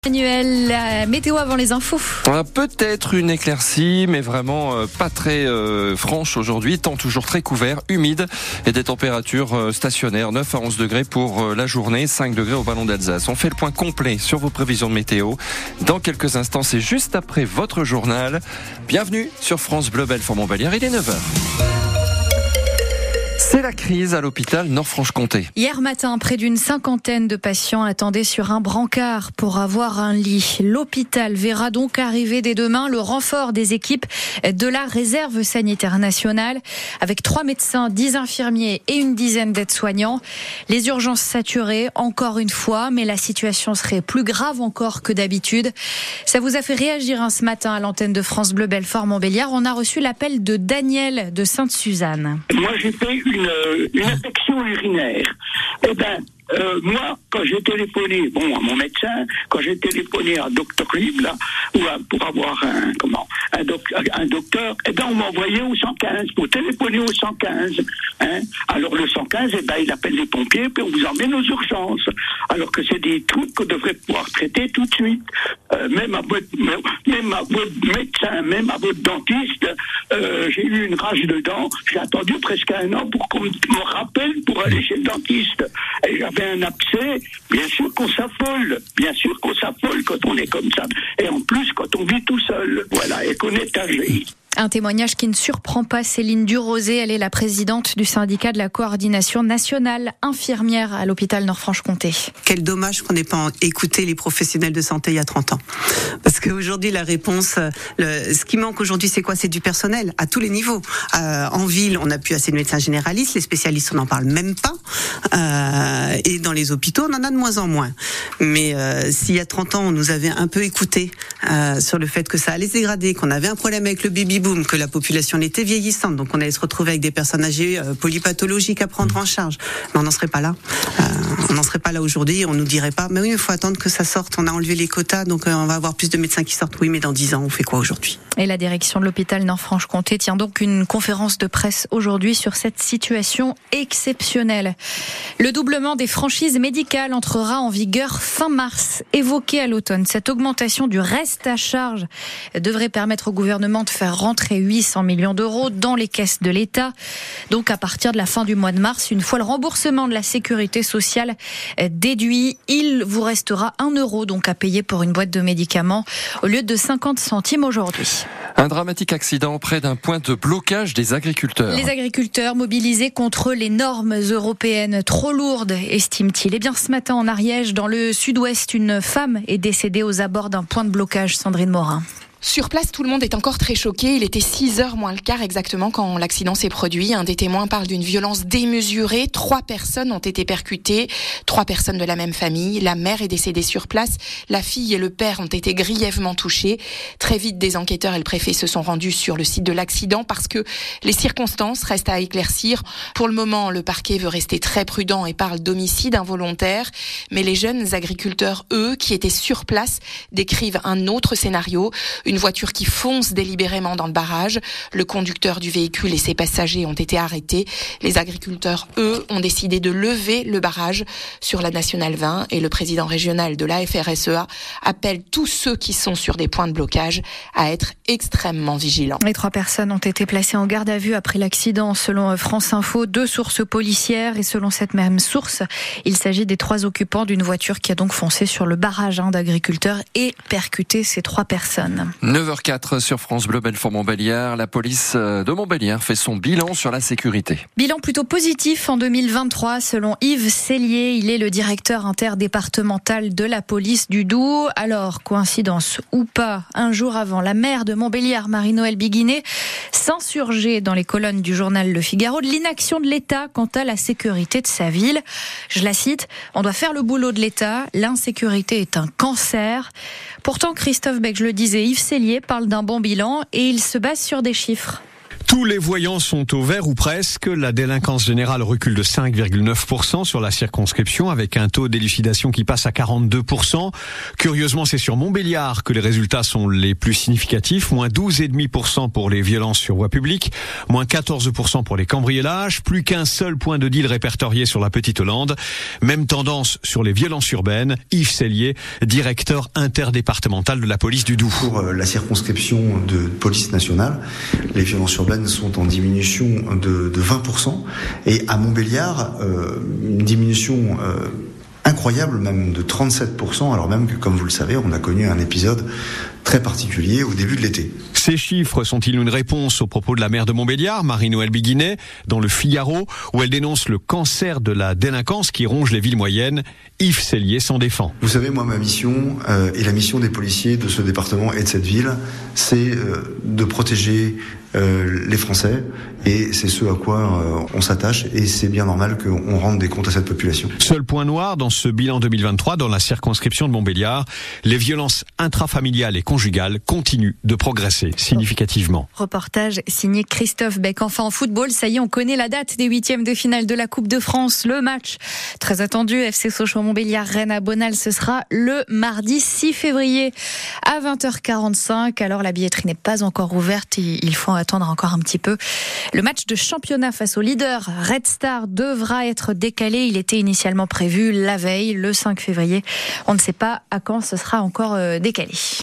Manuel, la météo avant les infos. Peut-être une éclaircie, mais vraiment pas très franche aujourd'hui. Temps toujours très couvert, humide et des températures stationnaires. 9 à 11 degrés pour la journée, 5 degrés au Ballon d'Alsace. On fait le point complet sur vos prévisions de météo. Dans quelques instants, c'est juste après votre journal. Bienvenue sur France Bleu Belfort-Montbéliard, il est 9h. C'est la crise à l'hôpital Nord-Franche-Comté. Hier matin, près d'une cinquantaine de patients attendaient sur un brancard pour avoir un lit. L'hôpital verra donc arriver dès demain le renfort des équipes de la réserve sanitaire nationale avec 3 médecins, 10 infirmiers et une dizaine d'aides-soignants. Les urgences saturées encore une fois, mais la situation serait plus grave encore que d'habitude. Ça vous a fait réagir ce matin à l'antenne de France Bleu Belfort-Montbéliard. On a reçu l'appel de Daniel de Sainte-Suzanne. Moi, j'ai fait une infection urinaire. Eh ben, moi, quand j'ai téléphoné, à mon médecin, quand j'ai téléphoné à Doctolib, là, pour avoir un docteur, eh ben, on m'a envoyé au 115, pour téléphoner au 115, hein. Alors, le 115, eh ben, il appelle les pompiers, puis on vous emmène aux urgences. Alors que c'est des trucs qu'on devrait pouvoir traiter tout de suite. Même à votre médecin, même à votre dentiste, j'ai eu une rage de dents, j'ai attendu presque 1 an pour qu'on me rappelle pour aller chez le dentiste. Et j'avais un abcès, bien sûr qu'on s'affole quand on est comme ça. Et en plus, quand on vit tout seul, voilà, et qu'on est âgé. Un témoignage qui ne surprend pas Céline Durosé. Elle est la présidente du syndicat de la coordination nationale infirmière à l'hôpital Nord-Franche-Comté. Quel dommage qu'on n'ait pas écouté les professionnels de santé il y a 30 ans. Parce qu'aujourd'hui, la réponse, ce qui manque aujourd'hui, c'est quoi ? C'est du personnel à tous les niveaux. En ville, on n'a plus assez de médecins généralistes. Les spécialistes, on n'en parle même pas. Et dans les hôpitaux, on en a de moins en moins. Mais s'il y a 30 ans, on nous avait un peu écouté sur le fait que ça allait se dégrader, qu'on avait un problème avec le baby-boom, que la population était vieillissante, donc on allait se retrouver avec des personnes âgées polypathologiques à prendre en charge. Mais on n'en serait pas là. On n'en serait pas là aujourd'hui. On nous dirait pas, mais oui, il faut attendre que ça sorte. On a enlevé les quotas, donc on va avoir plus de médecins qui sortent. Oui, mais dans 10 ans, on fait quoi aujourd'hui ? Et la direction de l'hôpital Nord-Franche-Comté tient donc une conférence de presse aujourd'hui sur cette situation exceptionnelle. Le doublement des franchises médicales entrera en vigueur fin mars, évoqué à l'automne. Cette augmentation du reste à charge devrait permettre au gouvernement de faire rentrer 800 millions d'euros dans les caisses de l'État. Donc à partir de la fin du mois de mars, une fois le remboursement de la sécurité sociale déduit, il vous restera 1 euro donc à payer pour une boîte de médicaments au lieu de 50 centimes aujourd'hui. Un dramatique accident près d'un point de blocage des agriculteurs. Les agriculteurs mobilisés contre les normes européennes trop lourdes, estiment-ils. Eh bien, ce matin en Ariège, dans le sud-ouest, une femme est décédée aux abords d'un point de blocage. Sandrine Morin. Sur place, tout le monde est encore très choqué. Il était 6h moins le quart exactement quand l'accident s'est produit. Un des témoins parle d'une violence démesurée. 3 personnes ont été percutées, 3 personnes de la même famille. La mère est décédée sur place. La fille et le père ont été grièvement touchés. Très vite, des enquêteurs et le préfet se sont rendus sur le site de l'accident parce que les circonstances restent à éclaircir. Pour le moment, le parquet veut rester très prudent et parle d'homicide involontaire. Mais les jeunes agriculteurs, eux, qui étaient sur place, décrivent un autre scénario. Une voiture qui fonce délibérément dans le barrage. Le conducteur du véhicule et ses passagers ont été arrêtés. Les agriculteurs, eux, ont décidé de lever le barrage sur la Nationale 20 et le président régional de la FRSEA appelle tous ceux qui sont sur des points de blocage à être extrêmement vigilants. Les 3 personnes ont été placées en garde à vue après l'accident selon France Info. 2 sources policières et selon cette même source, il s'agit des 3 occupants d'une voiture qui a donc foncé sur le barrage d'agriculteurs et percuté ces 3 personnes. 9h04 sur France Bleu Belfort-Montbéliard. La police de Montbéliard fait son bilan sur la sécurité. Bilan plutôt positif en 2023 selon Yves Sellier. Il est le directeur interdépartemental de la police du Doubs. Alors, coïncidence ou pas, un jour avant, la maire de Montbéliard, Marie-Noëlle Biguinet, s'insurgeait dans les colonnes du journal Le Figaro de l'inaction de l'État quant à la sécurité de sa ville. Je la cite, « On doit faire le boulot de l'État, l'insécurité est un cancer ». Pourtant, Christophe Beck, je le disais, Yves Sellier parle d'un bon bilan et il se base sur des chiffres. Tous les voyants sont au vert ou presque. La délinquance générale recule de 5,9% sur la circonscription avec un taux d'élucidation qui passe à 42%. Curieusement, c'est sur Montbéliard que les résultats sont les plus significatifs. Moins 12,5% pour les violences sur voie publique. Moins 14% pour les cambriolages. Plus qu'un seul point de deal répertorié sur la Petite Hollande. Même tendance sur les violences urbaines. Yves Sellier, directeur interdépartemental de la police du Doubs. Pour la circonscription de police nationale, les violences urbaines sont en diminution de 20%, et à Montbéliard, une diminution incroyable, même de 37%, alors même que, comme vous le savez, on a connu un épisode très particulier au début de l'été. Ces chiffres sont-ils une réponse aux propos de la maire de Montbéliard, Marie-Noëlle Biguinet, dans le Figaro, où elle dénonce le cancer de la délinquance qui ronge les villes moyennes? Yves Sellier s'en défend. Vous savez, moi, ma mission et la mission des policiers de ce département et de cette ville, c'est de protéger les Français, et c'est ce à quoi on s'attache, et c'est bien normal qu'on rende des comptes à cette population. Seul point noir dans ce bilan 2023 dans la circonscription de Montbéliard, les violences intrafamiliales et conjugales continuent de progresser significativement. Reportage signé Christophe Beck. Enfin en football, ça y est, on connaît la date des 8e de finale de la Coupe de France. Le match très attendu, FC Sochaux-Montbéliard, Rennes à Bonal, ce sera le mardi 6 février à 20h45. Alors la billetterie n'est pas encore ouverte, il faut attendre encore un petit peu. Le match de championnat face au leader Red Star devra être décalé. Il était initialement prévu la veille, le 5 février. On ne sait pas à quand ce sera encore décalé.